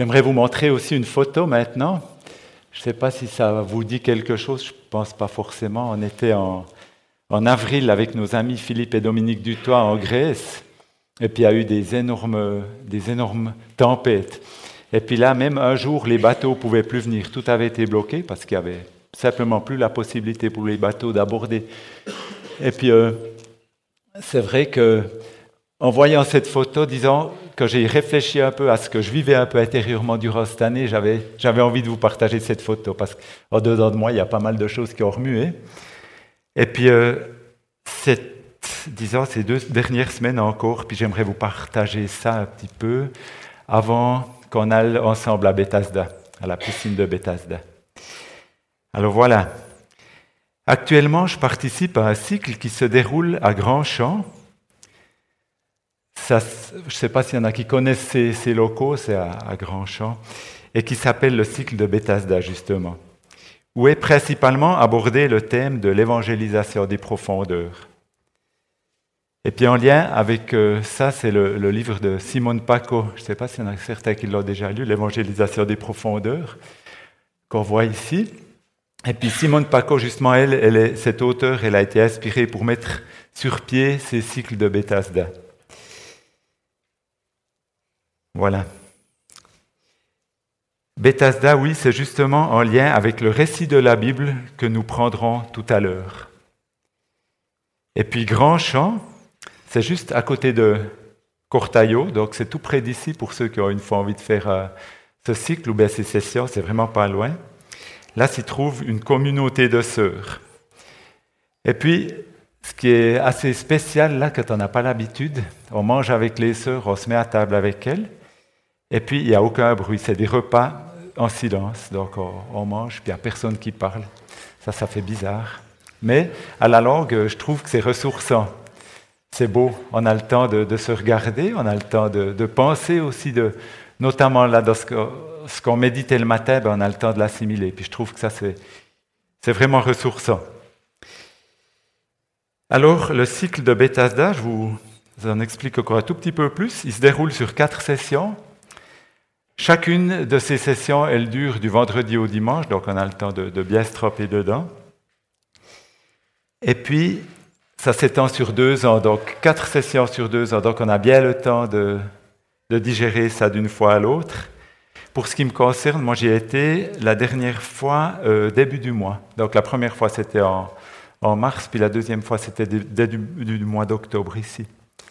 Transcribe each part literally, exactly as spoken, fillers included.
J'aimerais vous montrer aussi une photo maintenant. Je ne sais pas si ça vous dit quelque chose, je ne pense pas forcément. On était en, en avril avec nos amis Philippe et Dominique Dutoit en Grèce, et puis il y a eu des énormes, des énormes tempêtes. Et puis là, même un jour, les bateaux ne pouvaient plus venir. Tout avait été bloqué parce qu'il n'y avait simplement plus la possibilité pour les bateaux d'aborder. Et puis, euh, c'est vrai que en voyant cette photo, disons que j'ai réfléchi un peu à ce que je vivais un peu intérieurement durant cette année, j'avais, j'avais envie de vous partager cette photo, parce qu'en dedans de moi, il y a pas mal de choses qui ont remué. Et puis, euh, cette, disons, ces deux dernières semaines encore, puis j'aimerais vous partager ça un petit peu, avant qu'on aille ensemble à Bethesda, à la piscine de Bethesda. Alors voilà. Actuellement, je participe à un cycle qui se déroule à Grand-Champ. Ça, je ne sais pas s'il y en a qui connaissent ces, ces locaux, c'est à, à Grand-Champ, et qui s'appelle le cycle de Bethesda, justement, où est principalement abordé le thème de l'évangélisation des profondeurs. Et puis en lien avec euh, ça, c'est le, le livre de Simone Paco, je ne sais pas s'il y en a certains qui l'ont déjà lu, l'évangélisation des profondeurs, qu'on voit ici. Et puis Simone Paco, justement, elle, elle est, cette auteure, elle a été inspirée pour mettre sur pied ces cycles de Bethesda. Voilà. Bethesda, oui, c'est justement en lien avec le récit de la Bible que nous prendrons tout à l'heure. Et puis Grand-Champ, c'est juste à côté de Cortaillot, donc c'est tout près d'ici pour ceux qui ont une fois envie de faire euh, ce cycle ou bien ces sessions, c'est vraiment pas loin. Là s'y trouve une communauté de sœurs. Et puis, ce qui est assez spécial là, quand on n'a pas l'habitude, on mange avec les sœurs, on se met à table avec elles, et puis il n'y a aucun bruit, c'est des repas en silence, donc on, on mange, puis il n'y a personne qui parle. Ça, ça fait bizarre. Mais à la longue, je trouve que c'est ressourçant. C'est beau, on a le temps de, de se regarder, on a le temps de, de penser aussi, de, notamment là, dans ce, que, ce qu'on méditait le matin, ben, on a le temps de l'assimiler. Puis je trouve que ça, c'est, c'est vraiment ressourçant. Alors, le cycle de Bethesda, je vous en explique encore un tout petit peu plus. Il se déroule sur quatre sessions. Chacune de ces sessions, elle dure du vendredi au dimanche, donc on a le temps de, de bien se tremper dedans. Et puis, ça s'étend sur deux ans, donc quatre sessions sur deux ans, donc on a bien le temps de, de digérer ça d'une fois à l'autre. Pour ce qui me concerne, moi j'y ai été la dernière fois euh, début du mois. Donc la première fois c'était en, en mars, puis la deuxième fois c'était début du, du mois d'octobre ici.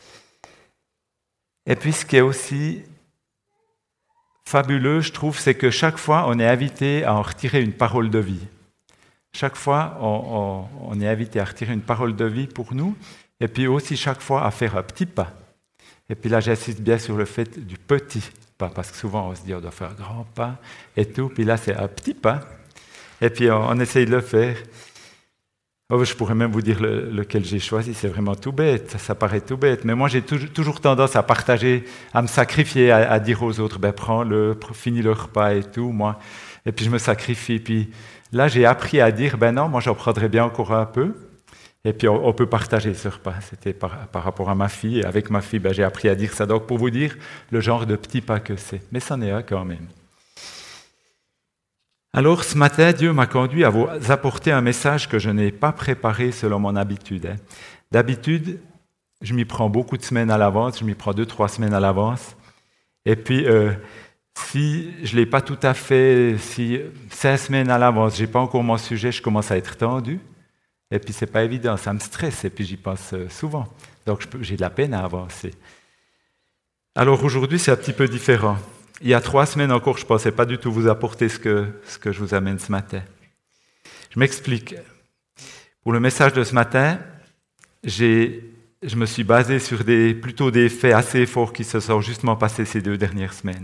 Et puis ce qui est aussi fabuleux, je trouve, c'est que chaque fois on est invité à en retirer une parole de vie. Chaque fois, on, on, on est invité à retirer une parole de vie pour nous, et puis aussi chaque fois à faire un petit pas. Et puis là, j'insiste bien sur le fait du petit pas, parce que souvent on se dit on doit faire un grand pas et tout, puis là c'est un petit pas, et puis on, on essaye de le faire. Oh, je pourrais même vous dire le, lequel j'ai choisi, c'est vraiment tout bête, ça, ça paraît tout bête, mais moi j'ai toujours, toujours tendance à partager, à me sacrifier, à, à dire aux autres, ben prends-le, finis le repas et tout, moi, et puis je me sacrifie, puis là, j'ai appris à dire, ben non, moi j'en prendrais bien encore un peu, et puis on, on peut partager ce repas. C'était par, par rapport à ma fille, et avec ma fille, ben, j'ai appris à dire ça. Donc pour vous dire le genre de petit pas que c'est, mais c'en est un quand même. Alors ce matin, Dieu m'a conduit à vous apporter un message que je n'ai pas préparé selon mon habitude. Hein. D'habitude, je m'y prends beaucoup de semaines à l'avance, je m'y prends deux, trois semaines à l'avance, et puis... Euh, Si je ne l'ai pas tout à fait, si cinq semaines à l'avance, je n'ai pas encore mon sujet, je commence à être tendu. Et puis, ce n'est pas évident, ça me stresse, et puis j'y pense souvent. Donc, je peux, j'ai de la peine à avancer. Alors, aujourd'hui, c'est un petit peu différent. Il y a trois semaines encore, je ne pensais pas du tout vous apporter ce que, ce que je vous amène ce matin. Je m'explique. Pour le message de ce matin, j'ai, je me suis basé sur des, plutôt des faits assez forts qui se sont justement passés ces deux dernières semaines.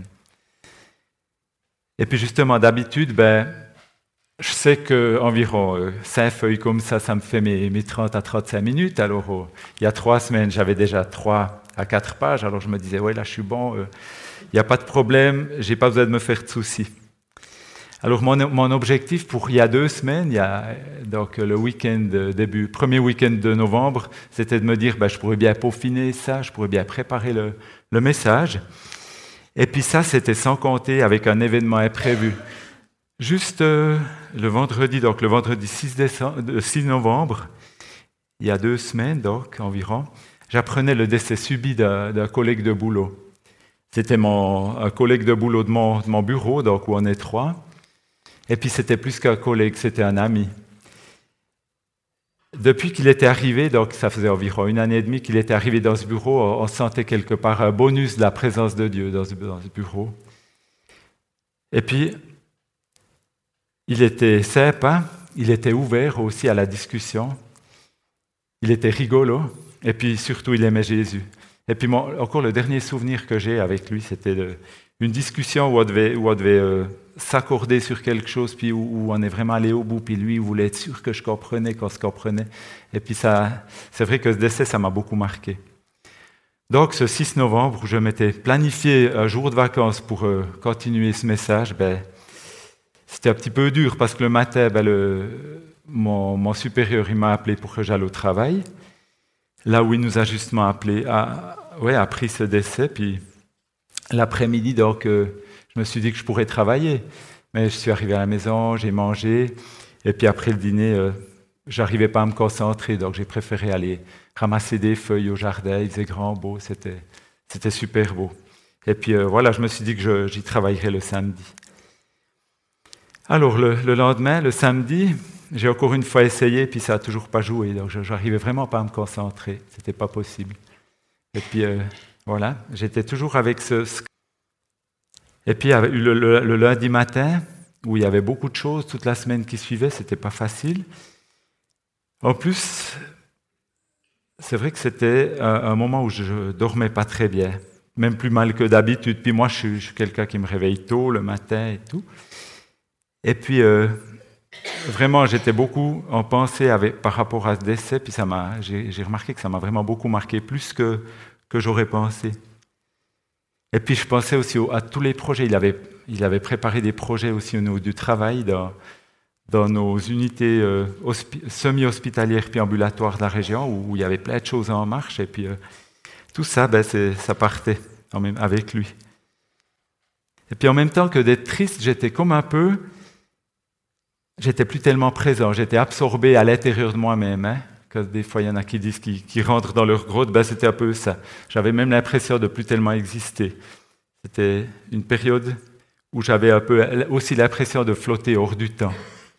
Et puis justement, d'habitude, ben, je sais qu'environ euh, cinq feuilles comme ça, ça me fait mes, mes trente à trente-cinq minutes. Alors, oh, il y a trois semaines, j'avais déjà trois à quatre pages. Alors, je me disais, ouais, là, je suis bon, il euh, n'y a pas de problème, je n'ai pas besoin de me faire de soucis. Alors, mon, mon objectif pour il y a deux semaines, il y a donc le week-end, début, premier week-end de novembre, c'était de me dire, ben, je pourrais bien peaufiner ça, je pourrais bien préparer le, le message. Et puis ça, c'était sans compter avec un événement imprévu. Juste euh, le vendredi, donc le vendredi six, décembre, six novembre, il y a deux semaines donc environ, j'apprenais le décès subit d'un, d'un collègue de boulot. C'était mon, un collègue de boulot de mon, de mon bureau, donc où on est trois. Et puis c'était plus qu'un collègue, c'était un ami. Depuis qu'il était arrivé, donc ça faisait environ une année et demie qu'il était arrivé dans ce bureau, on sentait quelque part un bonus de la présence de Dieu dans ce, dans ce bureau. Et puis, il était sympa, il était ouvert aussi à la discussion, il était rigolo, et puis surtout, il aimait Jésus. Et puis, mon, encore le dernier souvenir que j'ai avec lui, c'était de, une discussion où on devait, où on devait euh, s'accorder sur quelque chose, puis où, où on est vraiment allé au bout, puis lui il voulait être sûr que je comprenais, qu'on se comprenait. Et puis, ça, c'est vrai que ce décès, ça m'a beaucoup marqué. Donc, ce six novembre, où je m'étais planifié un jour de vacances pour euh, continuer ce message, ben, c'était un petit peu dur, parce que le matin, ben, le, mon, mon supérieur il m'a appelé pour que j'aille au travail, là où il nous a justement appelé, a, ouais, appris ce décès, puis l'après-midi, donc, euh, je me suis dit que je pourrais travailler. Mais je suis arrivé à la maison, j'ai mangé, et puis après le dîner, euh, j'arrivais pas à me concentrer, donc j'ai préféré aller ramasser des feuilles au jardin, il faisait grand beau, c'était, c'était super beau. Et puis euh, voilà, je me suis dit que je, j'y travaillerais le samedi. Alors le, le lendemain, le samedi, j'ai encore une fois essayé, puis ça n'a toujours pas joué, donc je n'arrivais vraiment pas à me concentrer, c'était pas possible. Et puis euh, voilà, j'étais toujours avec ce... ce... Et puis le, le, le lundi matin, où il y avait beaucoup de choses, toute la semaine qui suivait, c'était pas facile. En plus, c'est vrai que c'était un, un moment où je ne dormais pas très bien, même plus mal que d'habitude. Puis moi, je suis, je suis quelqu'un qui me réveille tôt le matin et tout. Et puis, euh, vraiment, j'étais beaucoup en pensée avec, par rapport à ce décès, puis ça m'a, j'ai, j'ai remarqué que ça m'a vraiment beaucoup marqué, plus que, que j'aurais pensé. Et puis, je pensais aussi à tous les projets. Il avait, il avait préparé des projets aussi au niveau du travail dans, dans nos unités euh, hospi- semi-hospitalières puis ambulatoires de la région, où, où il y avait plein de choses en marche. Et puis, euh, tout ça, ben, c'est, ça partait en même, avec lui. Et puis, en même temps que d'être triste, j'étais comme un peu... J'étais plus tellement présent, j'étais absorbé à l'intérieur de moi-même. Hein, que des fois, il y en a qui disent qu'ils, qu'ils rentrent dans leur grotte, ben, c'était un peu ça. J'avais même l'impression de plus tellement exister. C'était une période où j'avais un peu aussi l'impression de flotter hors du temps.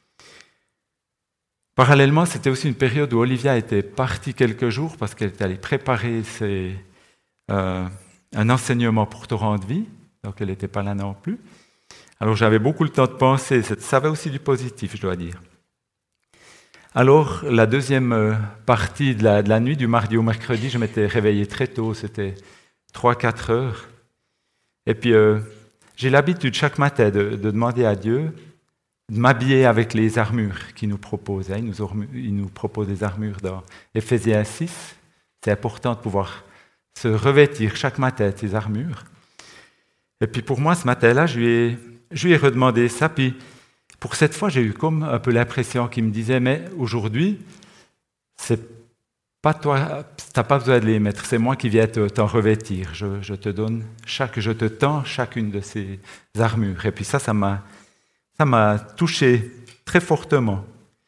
Parallèlement, c'était aussi une période où Olivia était partie quelques jours parce qu'elle était allée préparer ses, euh, un enseignement pour Torrent de Vie, donc elle n'était pas là non plus. Alors j'avais beaucoup le temps de penser, ça avait aussi du positif, je dois dire. Alors la deuxième partie de la, de la nuit, du mardi au mercredi, je m'étais réveillé très tôt, c'était trois quatre heures. Et puis euh, j'ai l'habitude chaque matin de, de demander à Dieu de m'habiller avec les armures qu'il nous propose. Hein. Il, nous, il nous propose des armures dans Éphésiens six. C'est important de pouvoir se revêtir chaque matin de ces armures. Et puis pour moi, ce matin-là, je lui ai... Je lui ai redemandé ça, puis pour cette fois, j'ai eu comme un peu l'impression qu'il me disait, mais aujourd'hui, c'est pas toi, t'as pas besoin de les mettre, c'est moi qui viens te, t'en revêtir. Je, je te donne chaque, je te tends chacune de ces armures. Et puis ça, ça m'a, ça m'a touché très fortement.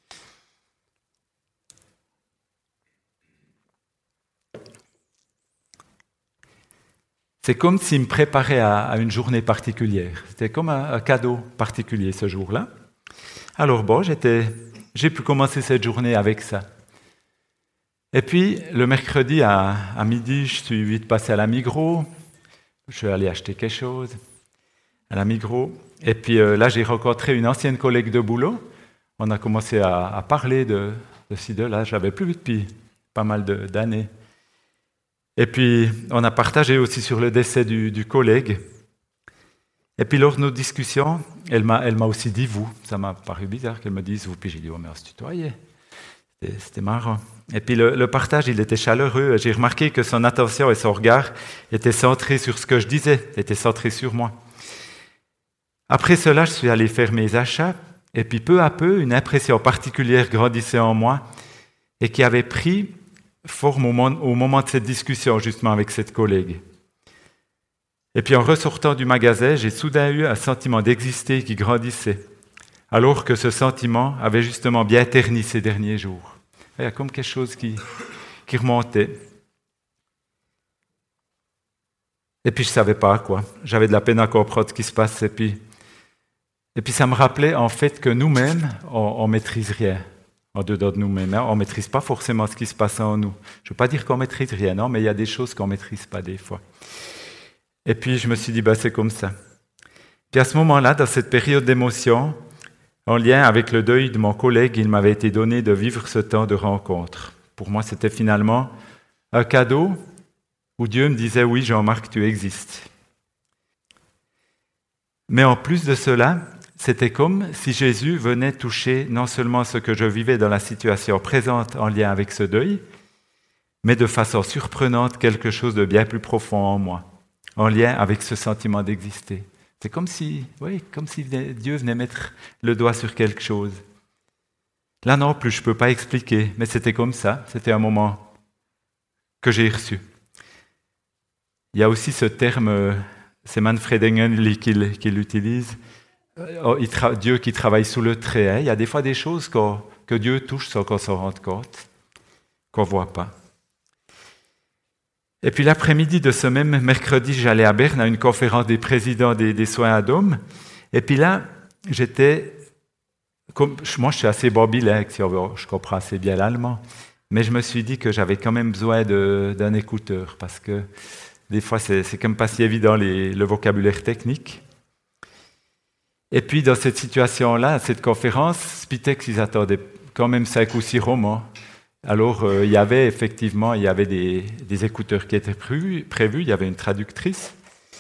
C'est comme s'il me préparait à, à une journée particulière. C'était comme un, un cadeau particulier ce jour-là. Alors bon, j'étais, j'ai pu commencer cette journée avec ça. Et puis, le mercredi à, à midi, je suis vite passé à la Migros. Je suis allé acheter quelque chose à la Migros. Et puis euh, là, j'ai rencontré une ancienne collègue de boulot. On a commencé à, à parler de, de ci, de là. Je l'avais plus vu depuis pas mal de, d'années. Et puis, on a partagé aussi sur le décès du, du collègue. Et puis, lors de nos discussions, elle m'a, elle m'a aussi dit « vous ». Ça m'a paru bizarre qu'elle me dise « vous ». Puis j'ai dit « oh, mais on se tutoyait ». C'était, c'était marrant. Et puis, le, le partage, il était chaleureux. J'ai remarqué que son attention et son regard étaient centrés sur ce que je disais, étaient centrés sur moi. Après cela, je suis allé faire mes achats. Et puis, peu à peu, une impression particulière grandissait en moi et qui avait pris forme au moment, au moment de cette discussion, justement, avec cette collègue. Et puis en ressortant du magasin, j'ai soudain eu un sentiment d'exister qui grandissait, alors que ce sentiment avait justement bien terni ces derniers jours. Il y a comme quelque chose qui, qui remontait. Et puis je ne savais pas quoi. J'avais de la peine à comprendre ce qui se passe. Et puis, et puis ça me rappelait en fait que nous-mêmes, on ne maîtrise rien en dedans de nous-mêmes. Hein. On ne maîtrise pas forcément ce qui se passe en nous. Je ne veux pas dire qu'on ne maîtrise rien, non, mais il y a des choses qu'on ne maîtrise pas des fois. Et puis je me suis dit, bah, c'est comme ça. Puis à ce moment-là, dans cette période d'émotion, en lien avec le deuil de mon collègue, il m'avait été donné de vivre ce temps de rencontre. Pour moi, c'était finalement un cadeau où Dieu me disait, oui, Jean-Marc, tu existes. Mais en plus de cela, c'était comme si Jésus venait toucher non seulement ce que je vivais dans la situation présente en lien avec ce deuil, mais de façon surprenante, quelque chose de bien plus profond en moi, en lien avec ce sentiment d'exister. C'est comme si, oui, comme si Dieu venait mettre le doigt sur quelque chose. Là non plus, je ne peux pas expliquer, mais c'était comme ça, c'était un moment que j'ai reçu. Il y a aussi ce terme, c'est Manfred Engel qui, qui l'utilise, Dieu qui travaille sous le trait. Hein. Il y a des fois des choses qu'on, que Dieu touche sans qu'on s'en rende compte, qu'on ne voit pas. Et puis l'après-midi de ce même mercredi, j'allais à Berne à une conférence des présidents des, des soins à Dôme. Et puis là, j'étais, comme, moi je suis assez bon bilingue, je comprends assez bien l'allemand, mais je me suis dit que j'avais quand même besoin de, d'un écouteur, parce que des fois c'est, c'est comme pas si évident les, le vocabulaire technique. Et puis dans cette situation-là, à cette conférence, Spitex, ils attendaient quand même cinq ou six romans. Alors, euh, il y avait effectivement il y avait des, des écouteurs qui étaient prévus, prévus, il y avait une traductrice.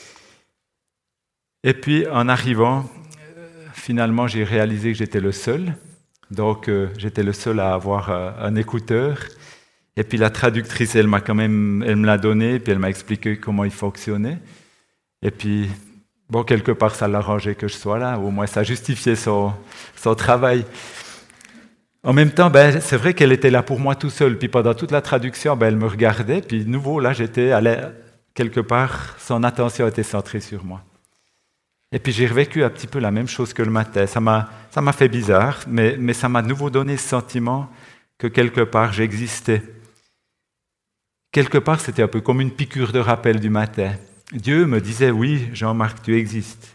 Et puis, en arrivant, euh, finalement, j'ai réalisé que j'étais le seul. Donc, euh, j'étais le seul à avoir euh, un écouteur. Et puis, la traductrice, elle m'a quand même, elle me l'a donné, puis elle m'a expliqué comment il fonctionnait. Et puis, bon, quelque part, ça l'arrangeait que je sois là. Au moins, ça justifiait son, son travail. En même temps, ben, c'est vrai qu'elle était là pour moi tout seul. Puis pendant toute la traduction, ben, elle me regardait. Puis de nouveau, là, j'étais allé quelque part, son attention était centrée sur moi. Et puis j'ai revécu un petit peu la même chose que le matin. Ça m'a, ça m'a fait bizarre, mais, mais ça m'a de nouveau donné ce sentiment que quelque part, j'existais. Quelque part, c'était un peu comme une piqûre de rappel du matin. Dieu me disait, oui, Jean-Marc, tu existes.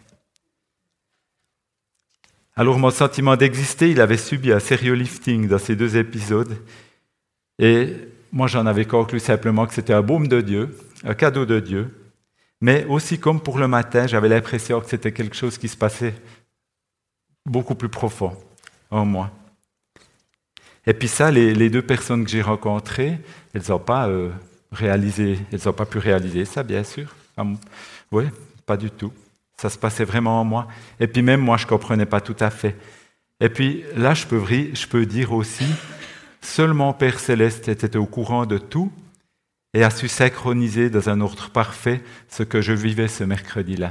Alors mon sentiment d'exister, il avait subi un sérieux lifting dans ces deux épisodes. Et moi, j'en avais conclu simplement que c'était un baume de Dieu, un cadeau de Dieu. Mais aussi, comme pour le matin, j'avais l'impression que c'était quelque chose qui se passait beaucoup plus profond en moi. Et puis ça, les, les deux personnes que j'ai rencontrées, elles n'ont pas euh, réalisé, elles n'ont pas pu réaliser ça, bien sûr. Oui, pas du tout. Ça se passait vraiment en moi. Et puis même moi, je ne comprenais pas tout à fait. Et puis là, je peux, je peux dire aussi, seul mon Père Céleste était au courant de tout et a su synchroniser dans un ordre parfait ce que je vivais ce mercredi-là.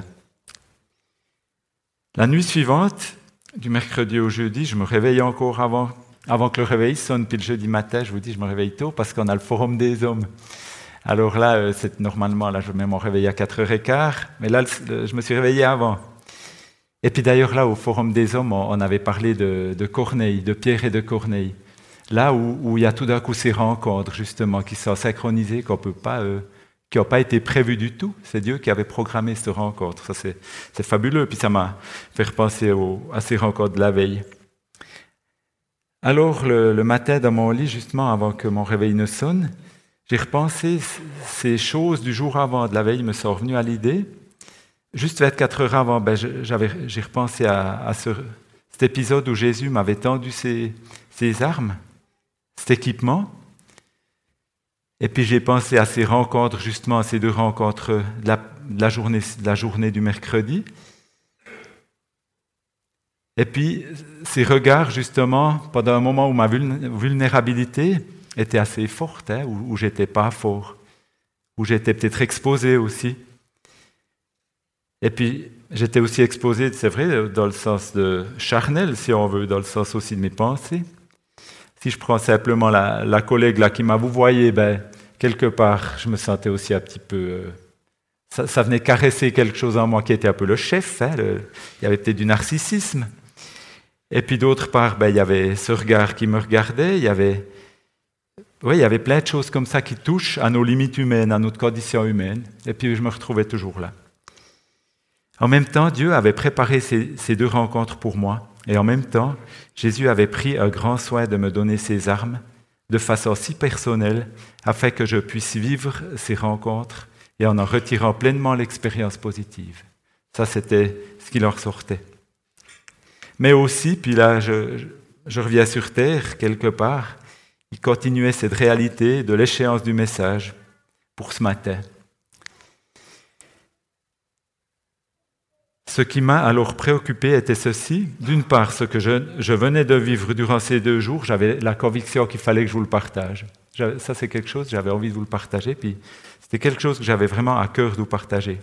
La nuit suivante, du mercredi au jeudi, je me réveillais encore avant, avant que le réveil sonne. Puis le jeudi matin, je vous dis, je me réveille tôt parce qu'on a le forum des hommes. Alors là, c'est, normalement, là, je mets mon réveil à quatre heures quinze, mais là, je me suis réveillé avant. Et puis d'ailleurs, là, au Forum des Hommes, on avait parlé de, de Corneille, de Pierre et de Corneille. Là où, où il y a tout d'un coup ces rencontres, justement, qui sont synchronisées, qu'on peut pas, euh, qui n'ont pas été prévues du tout. C'est Dieu qui avait programmé cette rencontre. Ça, c'est, c'est fabuleux. Puis ça m'a fait repenser au, à ces rencontres de la veille. Alors, le, le matin, dans mon lit, justement, avant que mon réveil ne sonne, j'ai repensé ces choses du jour avant, de la veille, me sont revenues à l'idée. Juste vingt-quatre heures avant, ben, j'avais, j'ai repensé à, à ce, cet épisode où Jésus m'avait tendu ses, ses armes, cet équipement. Et puis j'ai pensé à ces rencontres, justement, à ces deux rencontres de la, de la, journée, de la journée du mercredi. Et puis ces regards, justement, pendant un moment où ma vulnérabilité était assez forte, hein, où, où j'étais pas fort, où j'étais peut-être exposé aussi. Et puis, j'étais aussi exposé, c'est vrai, dans le sens de charnel, si on veut, dans le sens aussi de mes pensées. Si je prends simplement la, la collègue là qui m'a vouvoyé, ben, quelque part, je me sentais aussi un petit peu... Euh, ça, ça venait caresser quelque chose en moi qui était un peu le chef. Hein, le, il y avait peut-être du narcissisme. Et puis d'autre part, ben, il y avait ce regard qui me regardait. Il y avait, oui, il y avait plein de choses comme ça qui touchent à nos limites humaines, à notre condition humaine. Et puis je me retrouvais toujours là. En même temps, Dieu avait préparé ces, ces deux rencontres pour moi. Et en même temps, Jésus avait pris un grand soin de me donner ses armes de façon si personnelle afin que je puisse vivre ces rencontres et en en retirant pleinement l'expérience positive. Ça, c'était ce qui leur sortait. Mais aussi, puis là, je, je, je reviens sur terre, quelque part, il continuait cette réalité de l'échéance du message pour ce matin. Ce qui m'a alors préoccupé était ceci. D'une part, ce que je, je venais de vivre durant ces deux jours, j'avais la conviction qu'il fallait que je vous le partage. Ça, c'est quelque chose, j'avais envie de vous le partager, puis c'était quelque chose que j'avais vraiment à cœur de vous partager.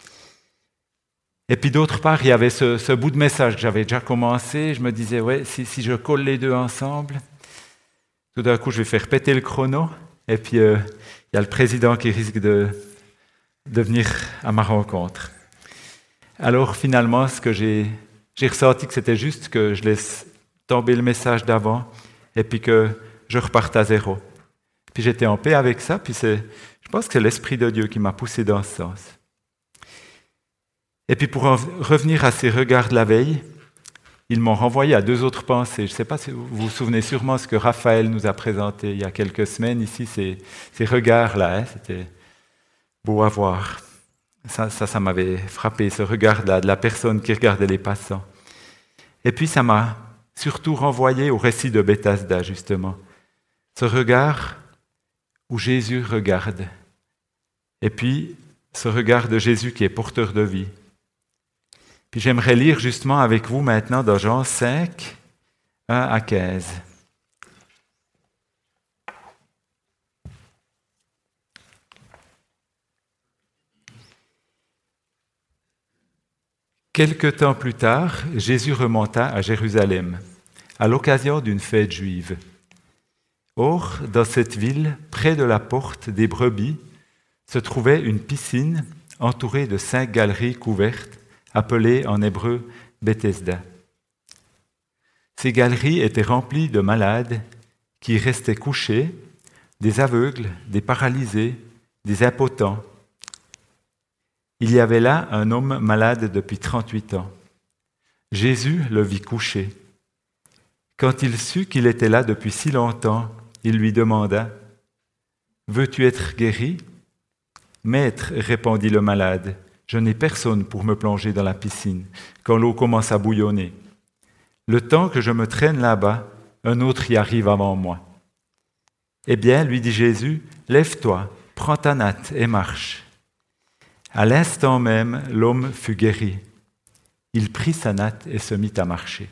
Et puis d'autre part, il y avait ce, ce bout de message que j'avais déjà commencé. Je me disais, ouais, si, si je colle les deux ensemble, tout d'un coup, je vais faire péter le chrono. Et puis, euh, il y a le président qui risque de, de venir à ma rencontre. Alors finalement, ce que j'ai, j'ai ressenti que c'était juste que je laisse tomber le message d'avant et puis que je reparte à zéro. Puis j'étais en paix avec ça, puis c'est, je pense que c'est l'Esprit de Dieu qui m'a poussé dans ce sens. Et puis pour en revenir à ces regards de la veille, ils m'ont renvoyé à deux autres pensées. Je ne sais pas si vous vous souvenez sûrement ce que Raphaël nous a présenté il y a quelques semaines ici, ces, ces regards-là, hein, c'était beau à voir. Ça, ça, ça m'avait frappé, ce regard-là de la personne qui regardait les passants. Et puis ça m'a surtout renvoyé au récit de Bethesda, justement. Ce regard où Jésus regarde. Et puis ce regard de Jésus qui est porteur de vie. Puis j'aimerais lire justement avec vous maintenant dans Jean cinq, un à quinze. Quelque temps plus tard, Jésus remonta à Jérusalem, à l'occasion d'une fête juive. Or, dans cette ville, près de la porte des brebis, se trouvait une piscine entourée de cinq galeries couvertes, appelées en hébreu Bethesda. Ces galeries étaient remplies de malades qui y restaient couchés, des aveugles, des paralysés, des impotents. Il y avait là un homme malade depuis trente-huit ans. Jésus le vit couché. Quand il sut qu'il était là depuis si longtemps, il lui demanda « Veux-tu être guéri ?» « Maître, répondit le malade, je n'ai personne pour me plonger dans la piscine quand l'eau commence à bouillonner. Le temps que je me traîne là-bas, un autre y arrive avant moi. Eh bien, lui dit Jésus, lève-toi, prends ta natte et marche. À l'instant même, l'homme fut guéri. Il prit sa natte et se mit à marcher.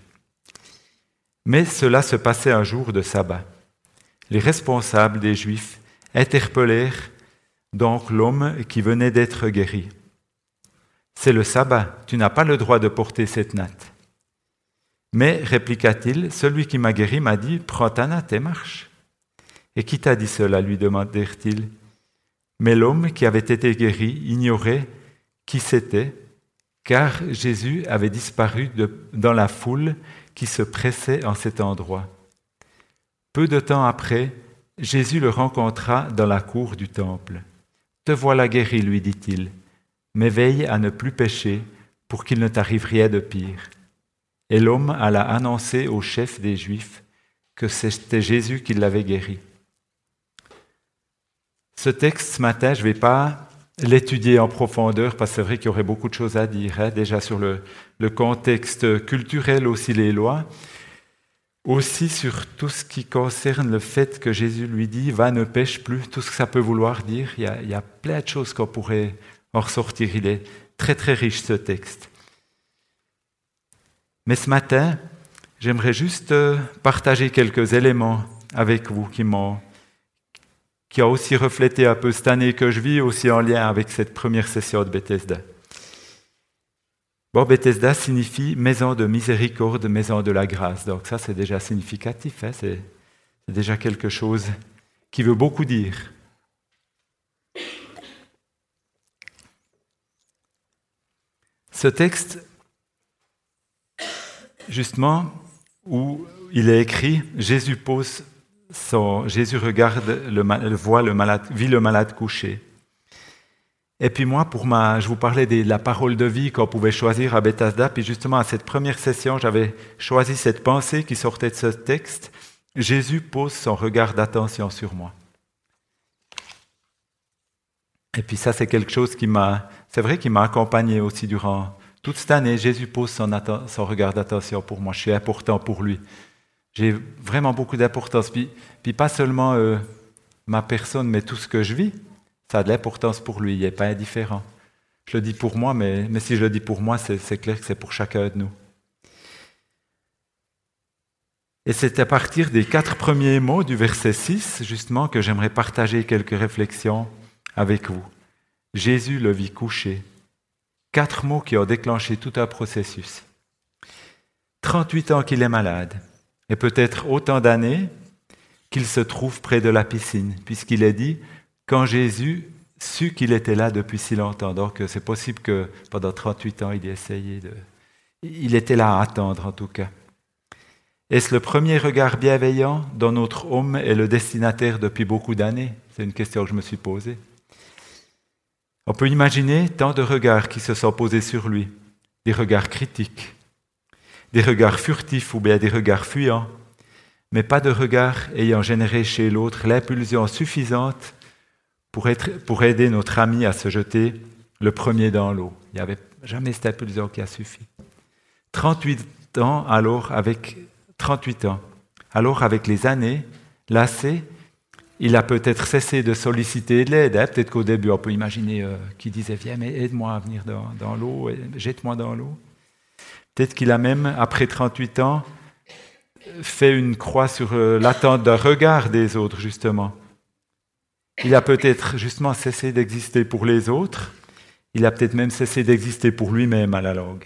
Mais cela se passait un jour de sabbat. Les responsables des Juifs interpellèrent donc l'homme qui venait d'être guéri. « C'est le sabbat, tu n'as pas le droit de porter cette natte. » Mais, répliqua-t-il, celui qui m'a guéri m'a dit « Prends ta natte et marche. » « Et qui t'a dit cela ?» lui demandèrent-ils. Mais l'homme qui avait été guéri ignorait qui c'était, car Jésus avait disparu de, dans la foule qui se pressait en cet endroit. Peu de temps après, Jésus le rencontra dans la cour du temple. « Te voilà guéri, lui dit-il, mais veille à ne plus pécher pour qu'il ne t'arrive rien de pire. » Et l'homme alla annoncer au chef des Juifs que c'était Jésus qui l'avait guéri. Ce texte, ce matin, je ne vais pas l'étudier en profondeur parce que c'est vrai qu'il y aurait beaucoup de choses à dire, hein, déjà sur le, le contexte culturel, aussi les lois, aussi sur tout ce qui concerne le fait que Jésus lui dit « va, ne pêche plus », tout ce que ça peut vouloir dire. Il y a, il y a plein de choses qu'on pourrait en ressortir. Il est très très riche ce texte. Mais ce matin, j'aimerais juste partager quelques éléments avec vous qui m'ont qui a aussi reflété un peu cette année que je vis, aussi en lien avec cette première session de Bethesda. Bon, Bethesda signifie maison de miséricorde, maison de la grâce. Donc ça, c'est déjà significatif, hein, c'est, c'est déjà quelque chose qui veut beaucoup dire. Ce texte, justement, où il est écrit, Jésus pose son, Jésus regarde, le, voit le malade, vit le malade couché. Et puis moi, pour ma, je vous parlais de la parole de vie qu'on pouvait choisir à Bethesda, puis justement à cette première session, j'avais choisi cette pensée qui sortait de ce texte. Jésus pose son regard d'attention sur moi. Et puis ça, c'est quelque chose qui m'a, c'est vrai, qui m'a accompagné aussi durant toute cette année. Jésus pose son, atten- son regard d'attention pour moi. Je suis important pour lui. J'ai vraiment beaucoup d'importance. Puis, puis pas seulement euh, ma personne, mais tout ce que je vis, ça a de l'importance pour lui. Il n'est pas indifférent. Je le dis pour moi, mais, mais si je le dis pour moi, c'est, c'est clair que c'est pour chacun de nous. Et c'est à partir des quatre premiers mots du verset six, justement, que j'aimerais partager quelques réflexions avec vous. Jésus le vit couché. Quatre mots qui ont déclenché tout un processus. trente-huit ans qu'il est malade, et peut-être autant d'années qu'il se trouve près de la piscine, puisqu'il est dit, quand Jésus sut qu'il était là depuis si longtemps. Donc c'est possible que pendant trente-huit ans, il ait essayé de... Il était là à attendre en tout cas. Est-ce le premier regard bienveillant dont notre homme est le destinataire depuis beaucoup d'années? C'est une question que je me suis posée. On peut imaginer tant de regards qui se sont posés sur lui, des regards critiques, des regards furtifs ou bien des regards fuyants, mais pas de regards ayant généré chez l'autre l'impulsion suffisante pour, être, pour aider notre ami à se jeter le premier dans l'eau. Il n'y avait jamais cette impulsion qui a suffi. trente-huit ans alors avec trente-huit ans, alors avec les années, lassé, il a peut-être cessé de solliciter de l'aide. Hein. Peut-être qu'au début, on peut imaginer euh, qu'il disait « Viens, mais aide-moi à venir dans, dans l'eau, jette-moi dans l'eau ». Peut-être qu'il a même, après trente-huit ans, fait une croix sur euh, l'attente d'un regard des autres, justement. Il a peut-être justement cessé d'exister pour les autres. Il a peut-être même cessé d'exister pour lui-même à la longue.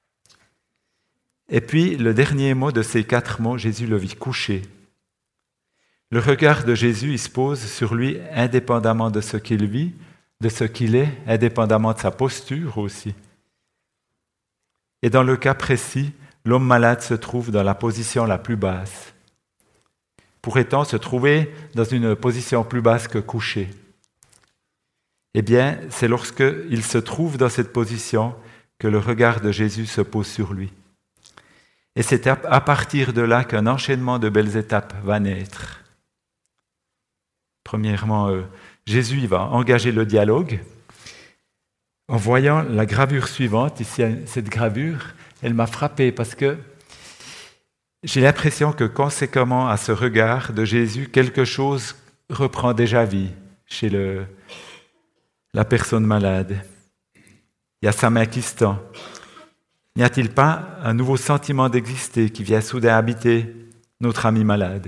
Et puis, le dernier mot de ces quatre mots, Jésus le vit couché. Le regard de Jésus, il se pose sur lui indépendamment de ce qu'il vit, de ce qu'il est, indépendamment de sa posture aussi. Et dans le cas précis, l'homme malade se trouve dans la position la plus basse. Pourrait-on se trouver dans une position plus basse que couché? Eh bien, c'est lorsqu'il se trouve dans cette position que le regard de Jésus se pose sur lui. Et c'est à partir de là qu'un enchaînement de belles étapes va naître. Premièrement, euh, Jésus il va engager le dialogue en voyant la gravure suivante. Ici, cette gravure, elle m'a frappé parce que j'ai l'impression que conséquemment à ce regard de Jésus, quelque chose reprend déjà vie chez le, la personne malade. Il y a sa main qui se tend. N'y a-t-il pas un nouveau sentiment d'exister qui vient soudain habiter notre ami malade?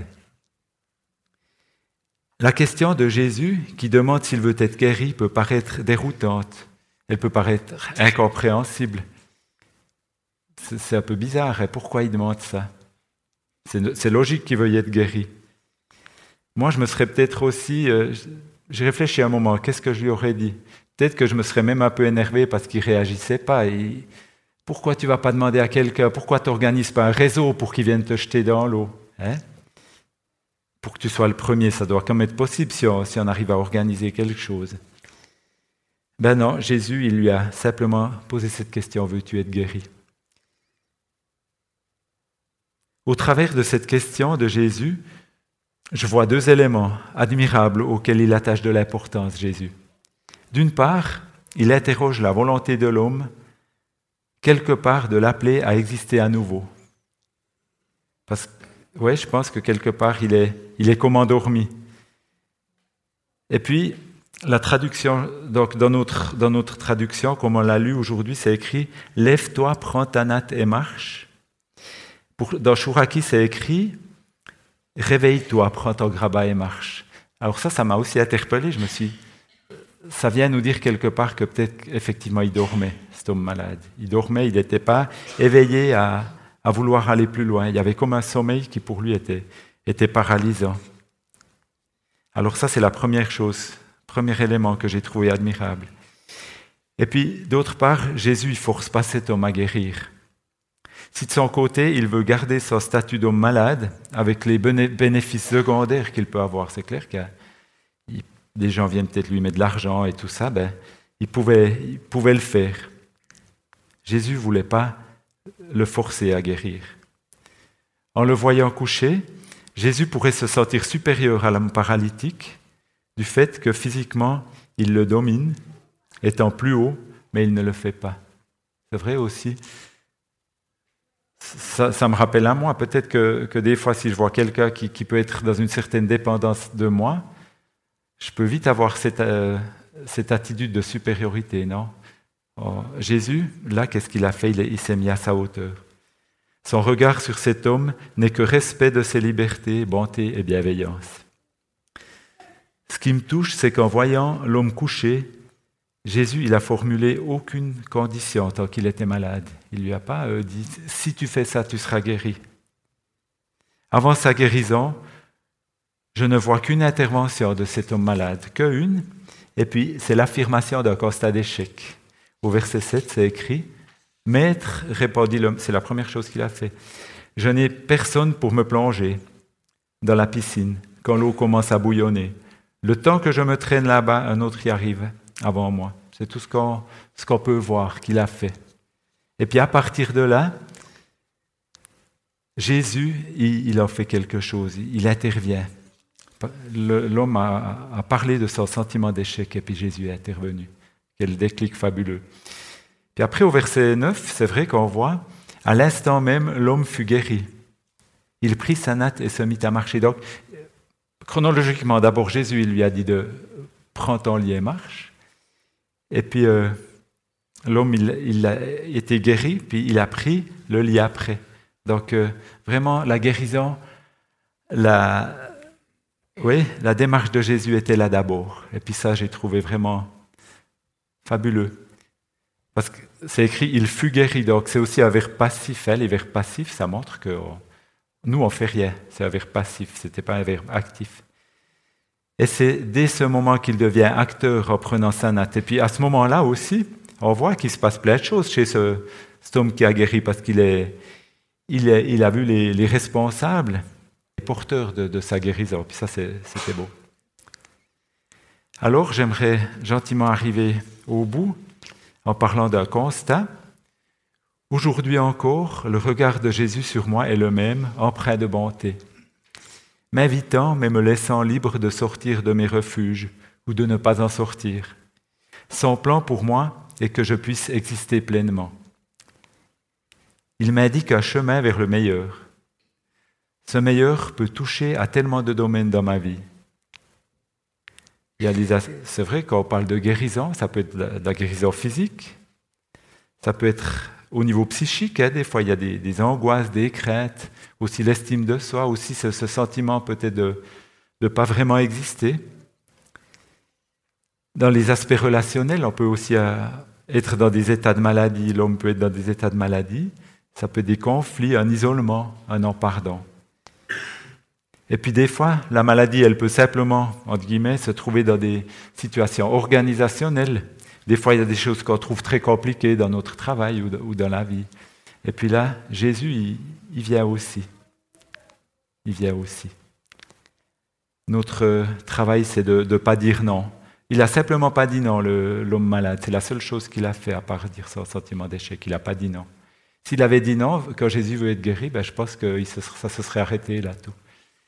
La question de Jésus, qui demande s'il veut être guéri, peut paraître déroutante. Elle peut paraître incompréhensible. C'est, c'est un peu bizarre. Et pourquoi il demande ça? C'est, c'est logique qu'il veuille être guéri. Moi, je me serais peut-être aussi... Euh, j'ai réfléchi un moment. Qu'est-ce que je lui aurais dit? Peut-être que je me serais même un peu énervé parce qu'il ne réagissait pas. Et pourquoi tu ne vas pas demander à quelqu'un? Pourquoi tu n'organises pas un réseau pour qu'il vienne te jeter dans l'eau? Hein? Pour que tu sois le premier, ça doit quand même être possible si on, si on arrive à organiser quelque chose. Ben non, Jésus, il lui a simplement posé cette question, veux-tu être guéri? Au travers de cette question de Jésus, je vois deux éléments admirables auxquels il attache de l'importance, Jésus. D'une part, il interroge la volonté de l'homme, quelque part de l'appeler à exister à nouveau. Parce que oui, je pense que quelque part, il est, il est comme endormi. Et puis, la traduction, donc dans notre, dans notre traduction, comme on l'a lu aujourd'hui, c'est écrit « Lève-toi, prends ta natte et marche ». Pour, dans Chouraki, c'est écrit « Réveille-toi, prends ton grabat et marche ». Alors ça, ça m'a aussi interpellé. Je me suis ça vient nous dire quelque part que peut-être effectivement il dormait, cet homme malade. Il dormait, il n'était pas éveillé à... à vouloir aller plus loin. Il y avait comme un sommeil qui pour lui était, était paralysant. Alors ça, c'est la première chose, premier élément que j'ai trouvé admirable. Et puis, d'autre part, Jésus ne force pas cet homme à guérir. Si de son côté, il veut garder son statut d'homme malade avec les bénéfices secondaires qu'il peut avoir, c'est clair que des gens viennent peut-être lui mettre de l'argent et tout ça, ben, il pouvait, il pouvait le faire. Jésus ne voulait pas le forcer à guérir. En le voyant couché, Jésus pourrait se sentir supérieur à l'homme paralytique du fait que physiquement, il le domine, étant plus haut, mais il ne le fait pas. C'est vrai aussi. Ça, ça me rappelle à moi, peut-être que, que des fois, si je vois quelqu'un qui, qui peut être dans une certaine dépendance de moi, je peux vite avoir cette, euh, cette attitude de supériorité, non? Oh, Jésus, là, qu'est-ce qu'il a fait? Il, il s'est mis à sa hauteur. Son regard sur cet homme n'est que respect de ses libertés, bonté et bienveillance. Ce qui me touche, c'est qu'en voyant l'homme couché, Jésus, il a formulé aucune condition tant qu'il était malade. Il ne lui a pas euh, dit « si tu fais ça, tu seras guéri ». Avant sa guérison, je ne vois qu'une intervention de cet homme malade, qu'une, et puis c'est l'affirmation d'un constat d'échec. Au verset sept, c'est écrit « Maître, répondit l'homme », c'est la première chose qu'il a fait, « je n'ai personne pour me plonger dans la piscine quand l'eau commence à bouillonner. Le temps que je me traîne là-bas, un autre y arrive avant moi. » C'est tout ce qu'on, ce qu'on peut voir qu'il a fait. Et puis à partir de là, Jésus, il, il en fait quelque chose, il intervient. Le, l'homme a, a parlé de son sentiment d'échec et puis Jésus est intervenu. Quel déclic fabuleux. Puis après au verset neuf, c'est vrai qu'on voit, à l'instant même, l'homme fut guéri. Il prit sa natte et se mit à marcher. Donc, chronologiquement, d'abord Jésus, il lui a dit de « prends ton lit et marche ». Et puis, euh, l'homme, il, il a été guéri, puis il a pris le lit après. Donc, euh, vraiment, la guérison, la, oui, la démarche de Jésus était là d'abord. Et puis ça, j'ai trouvé vraiment fabuleux. Parce que c'est écrit, il fut guéri. Donc, c'est aussi un verbe passif. Hein. Les verbes passifs, ça montre que oh, nous, on ne fait rien. C'est un verbe passif, ce n'était pas un verbe actif. Et c'est dès ce moment qu'il devient acteur en prenant sa natte. Et puis à ce moment-là aussi, on voit qu'il se passe plein de choses chez ce, cet homme qui a guéri parce qu'il est, il, est, il a vu les, les responsables, les porteurs de, de sa guérison. Puis ça, c'est, c'était beau. Alors, j'aimerais gentiment arriver au bout en parlant d'un constat. Aujourd'hui encore, le regard de Jésus sur moi est le même, empreint de bonté. M'invitant, mais me laissant libre de sortir de mes refuges ou de ne pas en sortir. Son plan pour moi est que je puisse exister pleinement. Il m'indique un chemin vers le meilleur. Ce meilleur peut toucher à tellement de domaines dans ma vie. Il y a des as- C'est vrai, quand on parle de guérison, ça peut être de la, de la guérison physique, ça peut être au niveau psychique, hein, des fois il y a des, des angoisses, des craintes, aussi l'estime de soi, aussi ce, ce sentiment peut-être de ne pas vraiment exister. Dans les aspects relationnels, on peut aussi euh, être dans des états de maladie, l'homme peut être dans des états de maladie, ça peut être des conflits, un isolement, un non-pardon. Et puis des fois, la maladie, elle peut simplement, entre guillemets, se trouver dans des situations organisationnelles. Des fois, il y a des choses qu'on trouve très compliquées dans notre travail ou dans la vie. Et puis là, Jésus, il, il vient aussi. Il vient aussi. Notre travail, c'est de ne pas dire non. Il n'a simplement pas dit non, le, l'homme malade. C'est la seule chose qu'il a fait, à part dire son sentiment d'échec. Il n'a pas dit non. S'il avait dit non, quand Jésus veut être guéri, ben, je pense que se, ça se serait arrêté là, tout.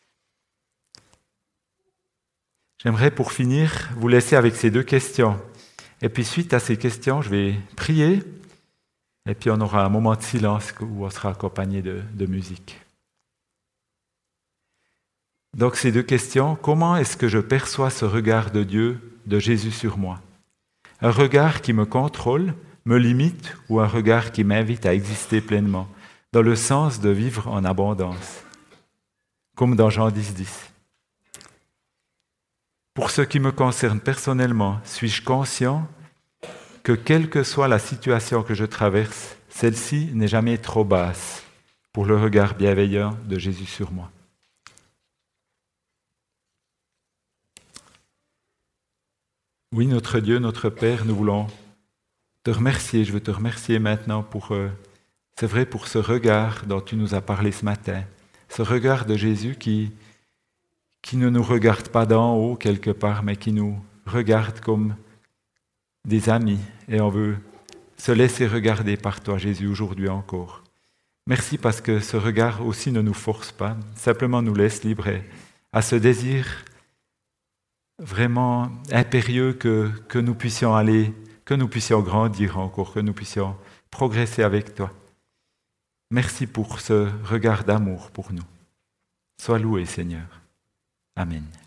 J'aimerais, pour finir, vous laisser avec ces deux questions. Et puis, suite à ces questions, je vais prier. Et puis, on aura un moment de silence où on sera accompagné de, de musique. Donc, ces deux questions. Comment est-ce que je perçois ce regard de Dieu, de Jésus sur moi? Un regard qui me contrôle, me limite, ou un regard qui m'invite à exister pleinement, dans le sens de vivre en abondance, comme dans Jean dix, dix. Pour ce qui me concerne personnellement, suis-je conscient que quelle que soit la situation que je traverse, celle-ci n'est jamais trop basse pour le regard bienveillant de Jésus sur moi? Oui, notre Dieu, notre Père, nous voulons te remercier. Je veux te remercier maintenant pour, euh, c'est vrai, pour ce regard dont tu nous as parlé ce matin. Ce regard de Jésus qui, qui ne nous regarde pas d'en haut quelque part, mais qui nous regarde comme des amis. Et on veut se laisser regarder par toi, Jésus, aujourd'hui encore. Merci parce que ce regard aussi ne nous force pas, simplement nous laisse libres à ce désir vraiment impérieux que, que nous puissions aller, que nous puissions grandir encore, que nous puissions progresser avec toi. Merci pour ce regard d'amour pour nous. Sois loué, Seigneur. Amen.